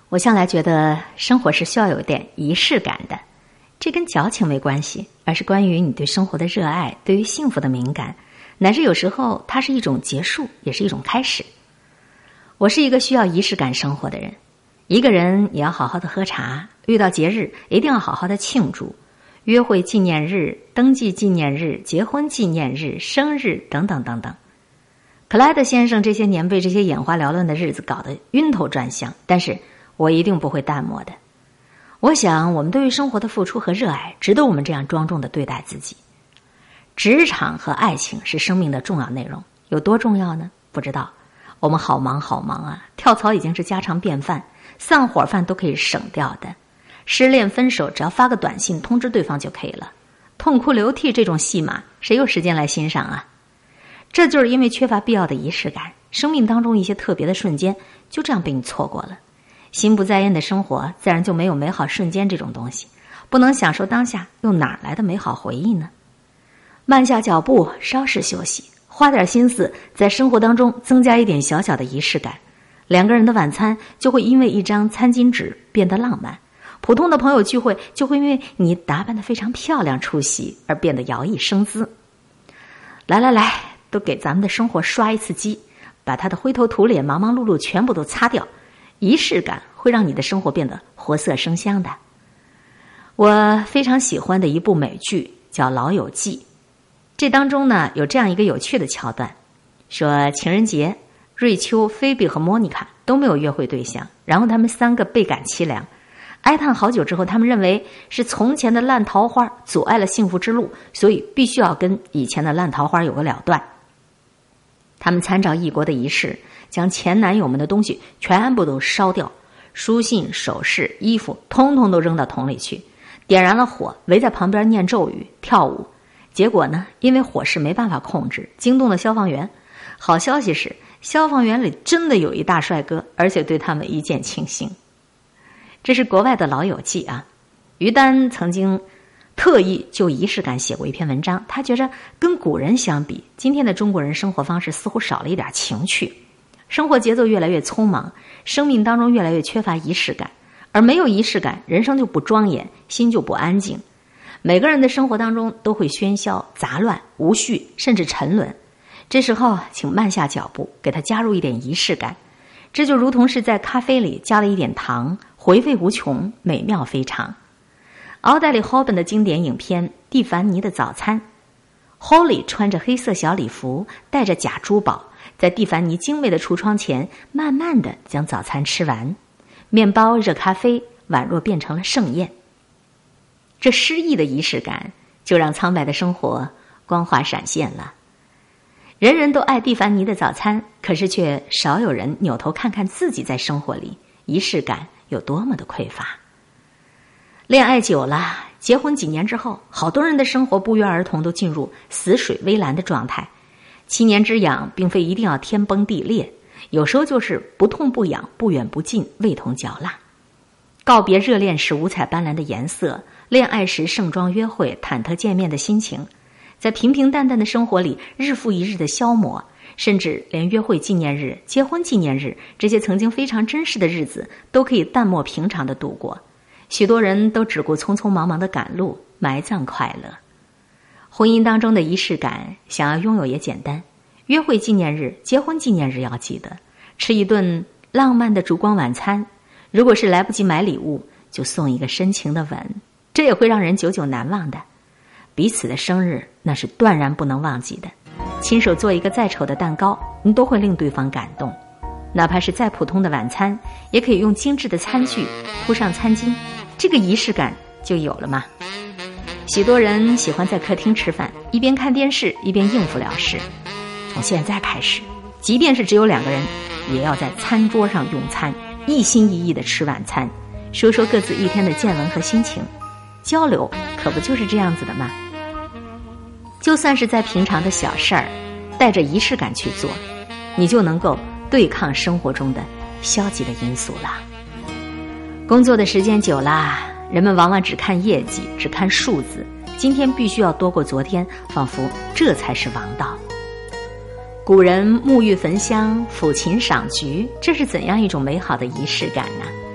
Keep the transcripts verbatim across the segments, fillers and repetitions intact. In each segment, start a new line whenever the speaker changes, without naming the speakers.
我向来觉得生活是需要有点仪式感的，这跟矫情没关系，而是关于你对生活的热爱，对于幸福的敏感，乃至有时候它是一种结束，也是一种开始。我是一个需要仪式感生活的人，一个人也要好好的喝茶，遇到节日一定要好好的庆祝，约会纪念日、登记纪念日、结婚纪念日、生日等等等等。克莱德先生这些年被这些眼花缭乱的日子搞得晕头转向，但是我一定不会淡漠的。我想我们对于生活的付出和热爱值得我们这样庄重的对待自己。职场和爱情是生命的重要内容，有多重要呢？不知道。我们好忙好忙啊，跳槽已经是家常便饭，散伙饭都可以省掉的，失恋分手只要发个短信通知对方就可以了，痛哭流涕这种戏码谁有时间来欣赏啊？这就是因为缺乏必要的仪式感，生命当中一些特别的瞬间就这样被你错过了。心不在焉的生活自然就没有美好瞬间这种东西，不能享受当下，又哪来的美好回忆呢？慢下脚步，稍事休息，花点心思在生活当中增加一点小小的仪式感，两个人的晚餐就会因为一张餐巾纸变得浪漫，普通的朋友聚会就会因为你打扮得非常漂亮出席而变得摇曳生姿。来来来，都给咱们的生活刷一次机，把它的灰头土脸、忙忙碌碌全部都擦掉，仪式感会让你的生活变得活色生香的。我非常喜欢的一部美剧叫《老友记》，这当中呢有这样一个有趣的桥段，说情人节，瑞秋、菲比和莫妮卡都没有约会对象，然后他们三个倍感凄凉，哀叹好久之后，他们认为是从前的烂桃花阻碍了幸福之路，所以必须要跟以前的烂桃花有个了断。他们参照异国的仪式，将前男友们的东西全部都烧掉，书信、首饰、衣服通通都扔到桶里去，点燃了火，围在旁边念咒语跳舞。结果呢，因为火势没办法控制，惊动了消防员。好消息是消防员里真的有一大帅哥，而且对他们一见倾心。这是国外的老友记啊。于丹曾经特意就仪式感写过一篇文章，他觉着跟古人相比，今天的中国人生活方式似乎少了一点情趣，生活节奏越来越匆忙，生命当中越来越缺乏仪式感，而没有仪式感，人生就不庄严，心就不安静。每个人的生活当中都会喧嚣、杂乱、无序，甚至沉沦。这时候请慢下脚步，给它加入一点仪式感，这就如同是在咖啡里加了一点糖，回味无穷，美妙非常。奥黛丽·霍本的经典影片《蒂凡尼的早餐》， Holly 穿着黑色小礼服，带着假珠宝，在蒂凡尼精美的橱窗前慢慢地将早餐吃完，面包、热咖啡宛若变成了盛宴。这诗意的仪式感就让苍白的生活光华闪现了。人人都爱蒂凡尼的早餐，可是却少有人扭头看看自己在生活里仪式感有多么的匮乏。恋爱久了，结婚几年之后，好多人的生活不约而同都进入死水微澜的状态。七年之痒并非一定要天崩地裂，有时候就是不痛不痒，不远不近，味同嚼蜡。告别热恋时五彩斑斓的颜色，恋爱时盛装约会、忐忑见面的心情，在平平淡淡的生活里日复一日的消磨，甚至连约会纪念日、结婚纪念日这些曾经非常珍视的日子都可以淡漠平常的度过。许多人都只顾匆匆忙忙的赶路，埋葬快乐。婚姻当中的仪式感想要拥有也简单，约会纪念日、结婚纪念日要记得吃一顿浪漫的烛光晚餐，如果是来不及买礼物，就送一个深情的吻，这也会让人久久难忘的。彼此的生日那是断然不能忘记的，亲手做一个再丑的蛋糕，你都会令对方感动。哪怕是再普通的晚餐，也可以用精致的餐具铺上餐巾，这个仪式感就有了嘛。许多人喜欢在客厅吃饭，一边看电视一边应付了事。从现在开始，即便是只有两个人，也要在餐桌上用餐，一心一意地吃晚餐，说说各自一天的见闻和心情。交流可不就是这样子的吗？就算是在平常的小事儿，带着仪式感去做，你就能够对抗生活中的消极的因素了。工作的时间久了，人们往往只看业绩，只看数字，今天必须要多过昨天，仿佛这才是王道。古人沐浴焚香，抚琴赏菊，这是怎样一种美好的仪式感呢？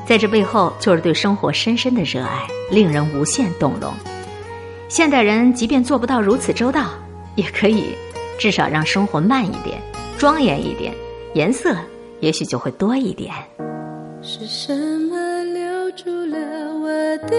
在这背后就是对生活深深的热爱，令人无限动容。现代人即便做不到如此周到，也可以至少让生活慢一点，庄严一点，颜色也许就会多一点。
是什么留住了我的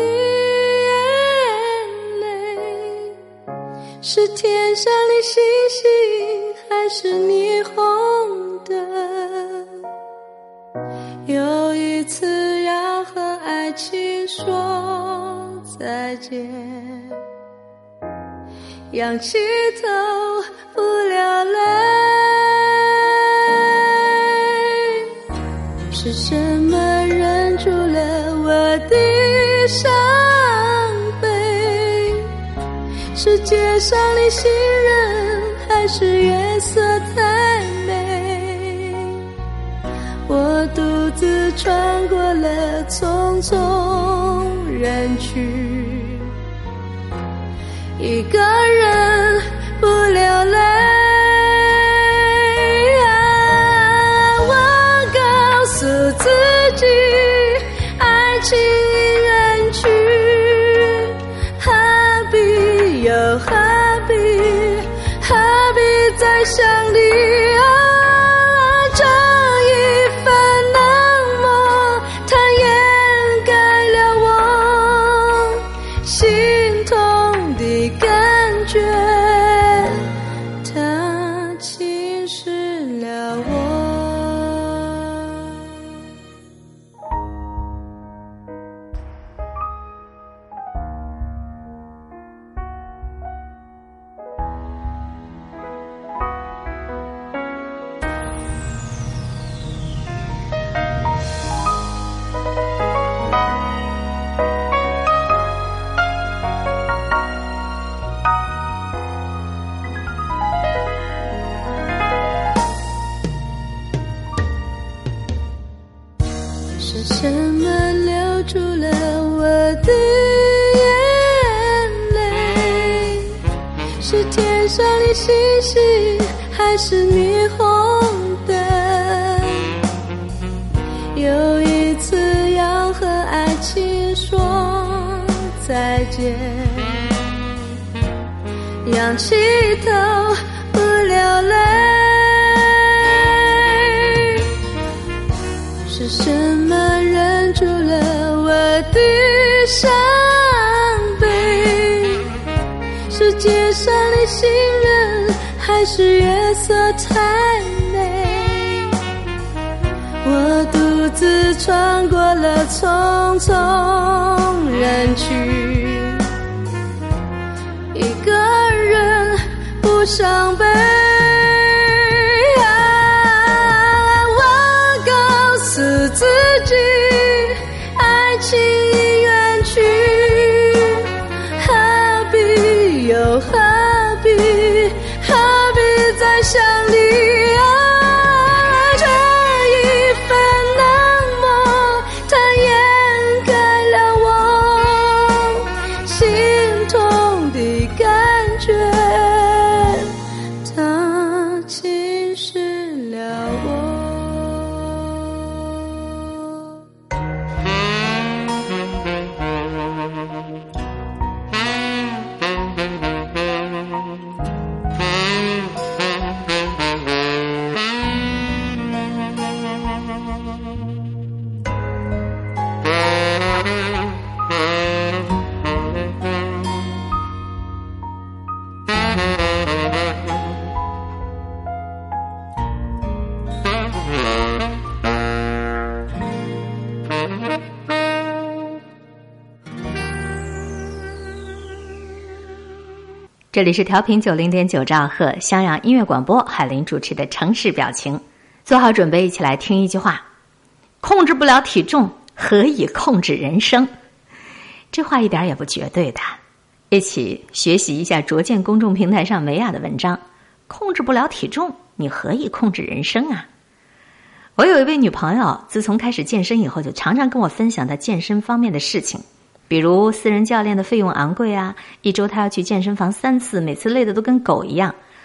眼泪？是天上的星星，还是霓虹灯？有一次要和爱情说再见，仰起头不流泪。是什么忍住了我的伤悲？是街上的行人，还是月色太美？我独自穿过了匆匆人群，一个人不流泪。自己爱情已远去，何必又何必何必再想你啊？这一份冷漠它掩盖了我心痛的感觉，它侵蚀了我。是什么留住了我的眼泪？是天上的星星，还是霓虹灯？有一次要和爱情说再见，仰起头不流泪。是什么忍住了我的伤悲？是街上的行人，还是月色太美？我独自穿过了匆匆人群，一个人不伤悲。自己爱情已远去，何必又何必何必再想你啊？这一份冷漠它掩盖了我心痛的感觉，它侵蚀了我。
这里是调频九零点九兆赫襄阳音乐广播，海林主持的城市表情。做好准备，一起来听一句话：控制不了体重，何以控制人生？这话一点也不绝对的。一起学习一下卓见公众平台上梅雅的文章，控制不了体重，你何以控制人生啊？我有一位女朋友，自从开始健身以后，就常常跟我分享她健身方面的事情，比如私人教练的费用昂贵啊，一周她要去健身房三次，每次累得都跟狗一样，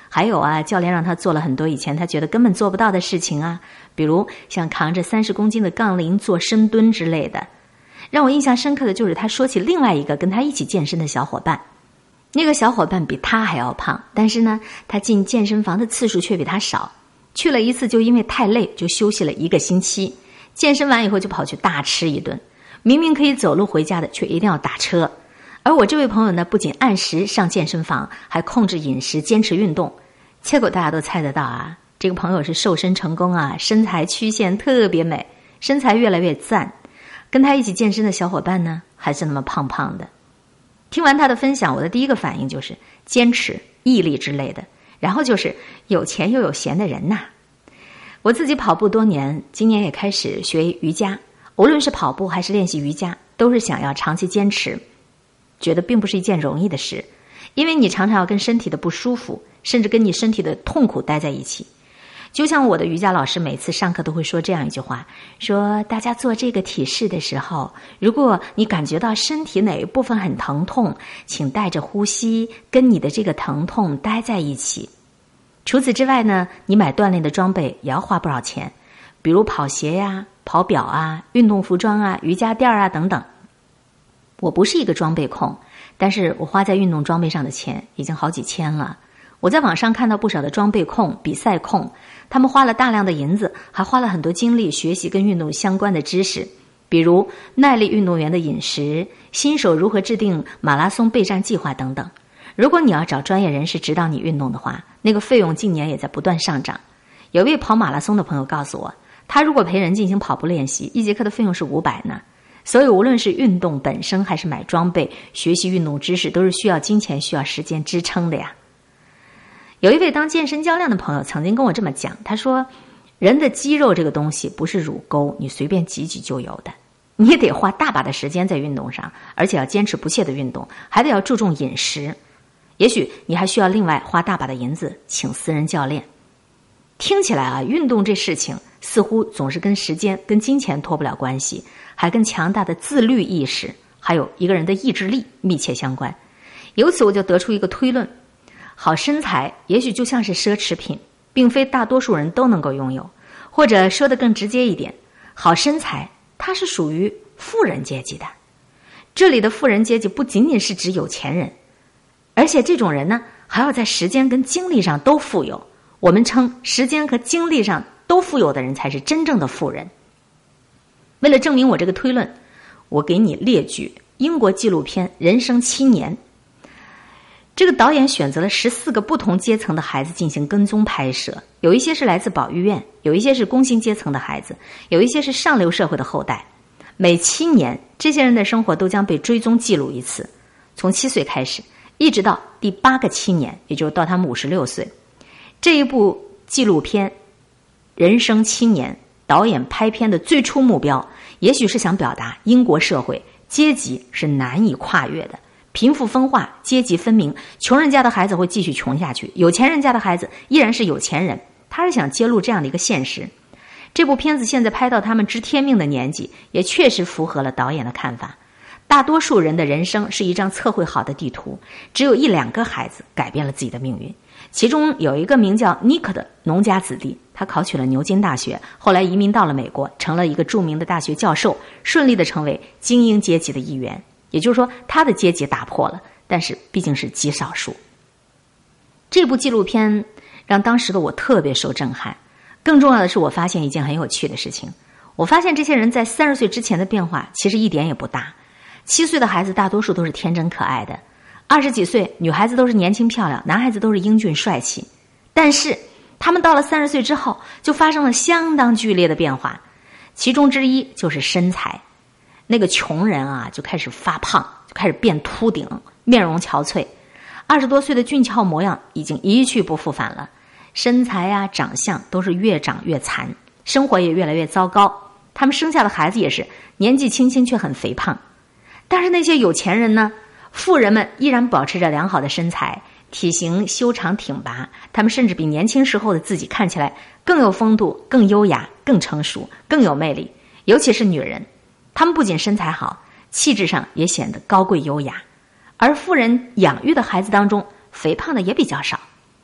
还有啊，教练让他做了很多以前他觉得根本做不到的事情啊，比如像扛着三十公斤的杠铃做深蹲之类的。让我印象深刻的就是他说起另外一个跟他一起健身的小伙伴，那个小伙伴比他还要胖，但是呢，他进健身房的次数却比他少，去了一次就因为太累就休息了一个星期，健身完以后就跑去大吃一顿，明明可以走路回家的却一定要打车。而我这位朋友呢，不仅按时上健身房，还控制饮食，坚持运动。结果大家都猜得到啊，这个朋友是瘦身成功啊，身材曲线特别美，身材越来越赞。跟他一起健身的小伙伴呢，还是那么胖胖的。听完他的分享，我的第一个反应就是坚持、毅力之类的，然后就是有钱又有闲的人呐。我自己跑步多年，今年也开始学瑜伽，无论是跑步还是练习瑜伽，都是想要长期坚持，觉得并不是一件容易的事，因为你常常要跟身体的不舒服，甚至跟你身体的痛苦待在一起。就像我的瑜伽老师每次上课都会说这样一句话，说大家做这个体式的时候，如果你感觉到身体哪一部分很疼痛，请带着呼吸跟你的这个疼痛待在一起。除此之外呢，你买锻炼的装备也要花不少钱，比如跑鞋呀、跑表啊、运动服装啊、瑜伽垫啊等等。我不是一个装备控，但是我花在运动装备上的钱已经好几千了。我在网上看到不少的装备控、比赛控，他们花了大量的银子，还花了很多精力学习跟运动相关的知识，比如耐力运动员的饮食、新手如何制定马拉松备战计划等等。如果你要找专业人士指导你运动的话，那个费用近年也在不断上涨。有位跑马拉松的朋友告诉我，他如果陪人进行跑步练习，一节课的费用是五百呢。所以无论是运动本身还是买装备、学习运动知识，都是需要金钱、需要时间支撑的呀。有一位当健身教练的朋友曾经跟我这么讲，他说人的肌肉这个东西不是乳沟你随便挤挤就有的，你也得花大把的时间在运动上，而且要坚持不懈的运动，还得要注重饮食，也许你还需要另外花大把的银子请私人教练。听起来啊，运动这事情似乎总是跟时间跟金钱脱不了关系，还跟强大的自律意识还有一个人的意志力密切相关。由此我就得出一个推论，好身材也许就像是奢侈品，并非大多数人都能够拥有，或者说得更直接一点，好身材它是属于富人阶级的。这里的富人阶级不仅仅是指有钱人，而且这种人呢，还要在时间跟精力上都富有。我们称时间和精力上都富有的人才是真正的富人。为了证明我这个推论，我给你列举英国纪录片《人生七年》。这个导演选择了十四个不同阶层的孩子进行跟踪拍摄，有一些是来自保育院，有一些是工薪阶层的孩子，有一些是上流社会的后代。每七年，这些人的生活都将被追踪记录一次，从七岁开始，一直到第八个七年，也就是到他们五十六岁。这一部纪录片《人生七年》，导演拍片的最初目标，也许是想表达英国社会阶级是难以跨越的，贫富分化，阶级分明，穷人家的孩子会继续穷下去，有钱人家的孩子依然是有钱人。他是想揭露这样的一个现实。这部片子现在拍到他们知天命的年纪，也确实符合了导演的看法。大多数人的人生是一张测绘好的地图，只有一两个孩子改变了自己的命运。其中有一个名叫尼克的农家子弟，他考取了牛津大学，后来移民到了美国，成了一个著名的大学教授，顺利的成为精英阶级的一员。也就是说，他的阶级打破了，但是毕竟是极少数。这部纪录片让当时的我特别受震撼。更重要的是，我发现一件很有趣的事情，我发现这些人在三十岁之前的变化其实一点也不大。七岁的孩子大多数都是天真可爱的，二十几岁女孩子都是年轻漂亮，男孩子都是英俊帅气。但是他们到了三十岁之后，就发生了相当剧烈的变化，其中之一就是身材。那个穷人啊，就开始发胖，就开始变秃顶，面容憔悴。二十多岁的俊俏模样已经一去不复返了，身材啊、长相都是越长越残，生活也越来越糟糕。他们生下的孩子也是年纪轻轻却很肥胖。但是那些有钱人呢，富人们依然保持着良好的身材，体型修长挺拔，他们甚至比年轻时候的自己看起来更有风度、更优雅、更成熟、更有魅力。尤其是女人，她们不仅身材好，气质上也显得高贵优雅。而富人养育的孩子当中，肥胖的也比较少。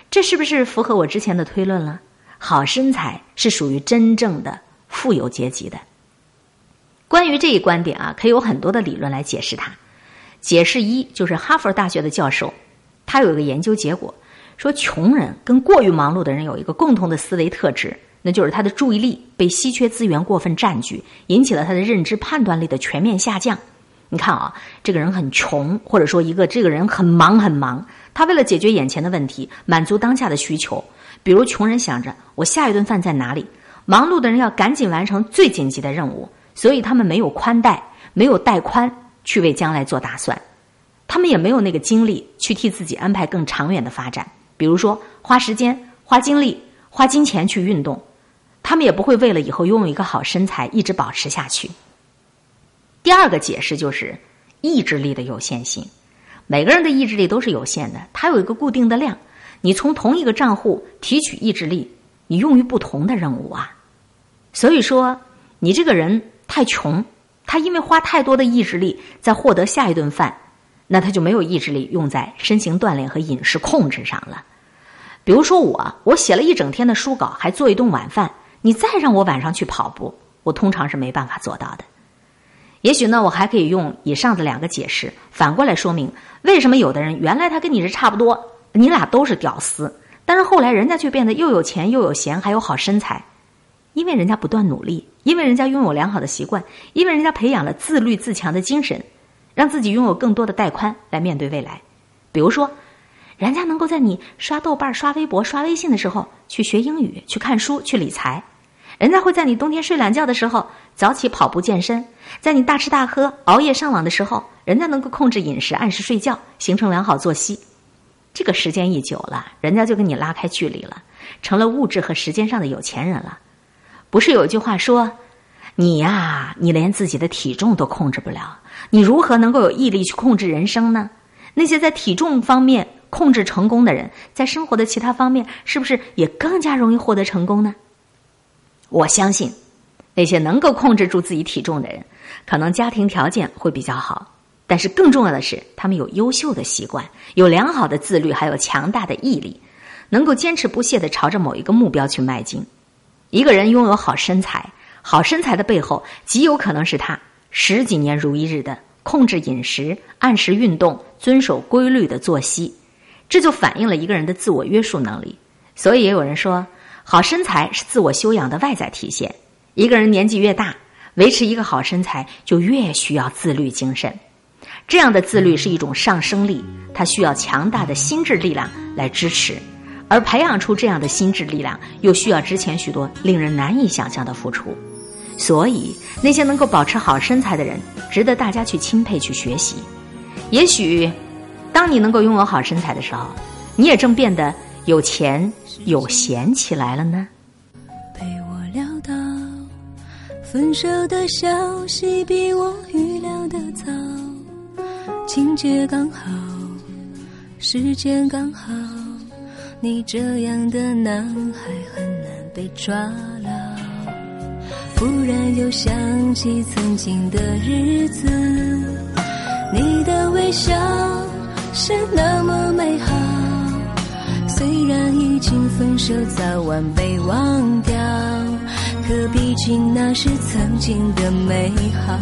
这是不是符合我之前的推论了？好身材是属于真正的富有阶级的。关于这一观点啊，可以有很多的理论来解释它。解释一就是哈佛大学的教授，他有一个研究结果，说穷人跟过于忙碌的人有一个共同的思维特质，那就是他的注意力被稀缺资源过分占据，引起了他的认知判断力的全面下降。你看啊，这个人很穷，或者说一个这个人很忙很忙，他为了解决眼前的问题，满足当下的需求，比如穷人想着我下一顿饭在哪里，忙碌的人要赶紧完成最紧急的任务，所以他们没有宽带，没有带宽去为将来做打算，他们也没有那个精力去替自己安排更长远的发展，比如说花时间、花精力、花金钱去运动，他们也不会为了以后拥有一个好身材一直保持下去。第二个解释就是意志力的有限性，每个人的意志力都是有限的，它有一个固定的量，你从同一个账户提取意志力，你用于不同的任务啊。所以说你这个人太穷，他因为花太多的意志力在获得下一顿饭，那他就没有意志力用在身形锻炼和饮食控制上了。比如说我我写了一整天的书稿，还做一顿晚饭，你再让我晚上去跑步，我通常是没办法做到的。也许呢，我还可以用以上的两个解释反过来说明，为什么有的人原来他跟你是差不多，你俩都是屌丝，但是后来人家却变得又有钱又有闲还有好身材。因为人家不断努力，因为人家拥有良好的习惯，因为人家培养了自律自强的精神，让自己拥有更多的带宽来面对未来。比如说人家能够在你刷豆瓣、刷微博、刷微信的时候去学英语、去看书、去理财，人家会在你冬天睡懒觉的时候早起跑步健身，在你大吃大喝、熬夜上网的时候，人家能够控制饮食、按时睡觉，形成良好作息。这个时间一久了，人家就跟你拉开距离了，成了物质和时间上的有钱人了。不是有句话说，你呀，你连自己的体重都控制不了，你如何能够有毅力去控制人生呢？那些在体重方面控制成功的人，在生活的其他方面是不是也更加容易获得成功呢？我相信那些能够控制住自己体重的人，可能家庭条件会比较好，但是更重要的是他们有优秀的习惯，有良好的自律，还有强大的毅力，能够坚持不懈地朝着某一个目标去迈进。一个人拥有好身材，好身材的背后极有可能是他十几年如一日的控制饮食、按时运动、遵守规律的作息，这就反映了一个人的自我约束能力。所以也有人说，好身材是自我修养的外在体现。一个人年纪越大，维持一个好身材就越需要自律精神。这样的自律是一种上升力，它需要强大的心智力量来支持，而培养出这样的心智力量，又需要之前许多令人难以想象的付出。所以那些能够保持好身材的人，值得大家去钦佩、去学习。也许当你能够拥有好身材的时候，你也正变得有钱有闲起来了呢。
被我料到分手的消息比我预料的早，情节刚好，时间刚好，你这样的男孩很难被抓牢。忽然又想起曾经的日子，你的微笑是那么美好，虽然已经分手，早晚被忘掉，可毕竟那是曾经的美好。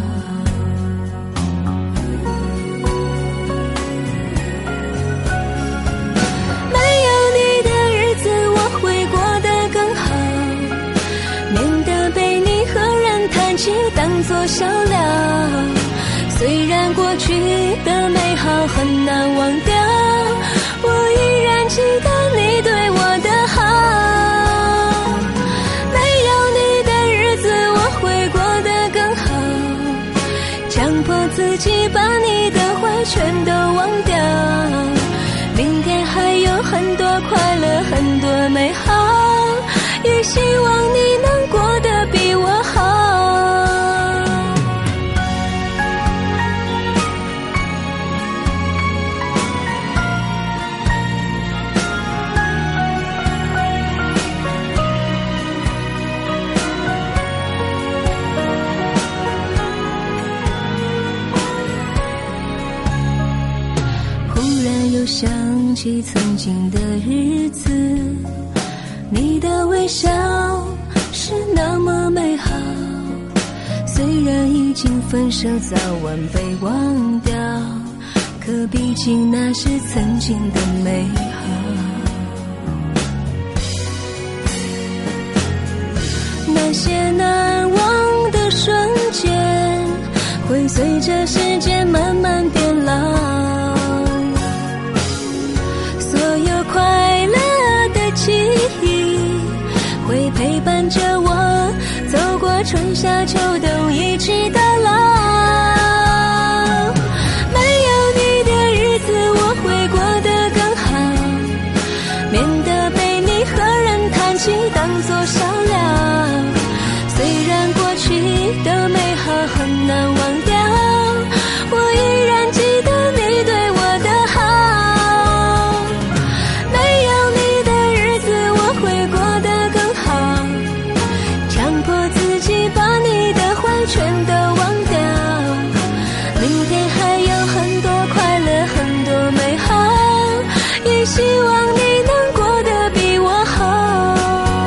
当作笑料，虽然过去的美好很难忘掉，我依然记得你对我的好。没有你的日子我会过得更好，强迫自己把你的坏全都忘掉，明天还有很多快乐，很多美好，也希望你能过得比我好。想起起曾经的日子，你的微笑是那么美好，虽然已经分手，早晚被忘掉，可毕竟那是曾经的美好。那些难忘的瞬间，会随着时间慢慢变老，所有快乐的记忆会陪伴着我，走过春夏秋冬一直到老。没有你的日子我会过得更好，免得被你和人谈起当作笑料。虽然过去的美好很难忘掉，我依然记得你对我的好。没有你的日子我会过得更好，强迫自己把你的坏全都忘掉。明天还有很多快乐，很多美好，也希望你能过得比我好。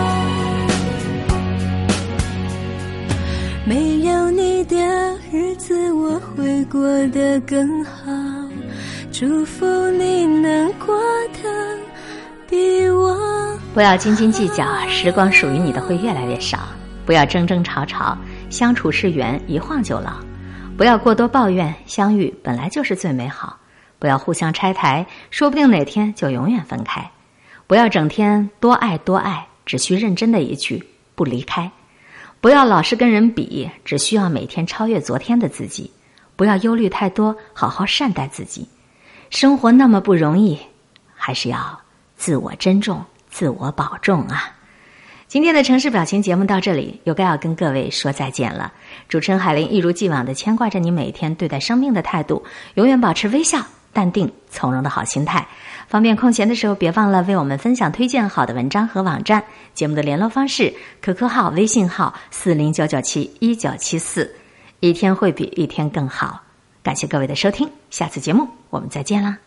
没有你的日子我会过得更好，祝福你能过得比我好。
不要斤斤计较，时光属于你的会越来越少。不要争争吵吵，相处是缘，一晃就老。不要过多抱怨，相遇本来就是最美好。不要互相拆台，说不定哪天就永远分开。不要整天多爱多爱，只需认真的一句不离开。不要老是跟人比，只需要每天超越昨天的自己。不要忧虑太多，好好善待自己。生活那么不容易，还是要自我珍重，自我保重啊。今天的城市表情节目到这里又该要跟各位说再见了。主持人海玲一如既往地牵挂着你每天对待生命的态度，永远保持微笑、淡定、从容的好心态。方便空闲的时候，别忘了为我们分享推荐好的文章和网站。节目的联络方式 ：Q Q 号、微信号四零九九七一九七四。一天会比一天更好。感谢各位的收听，下次节目我们再见啦。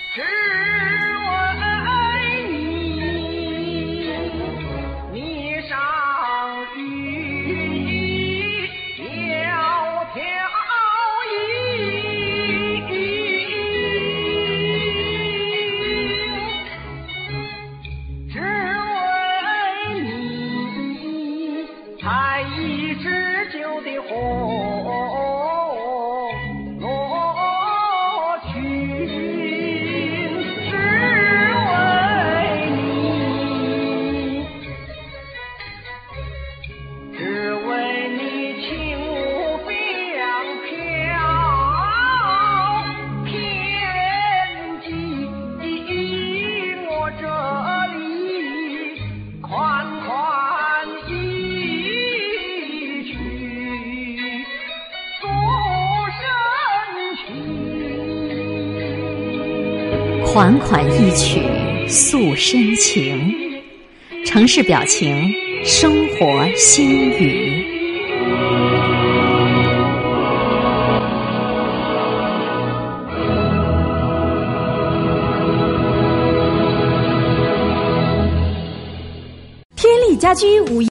款款一曲诉深情，城市表情，生活心语。
天力家居五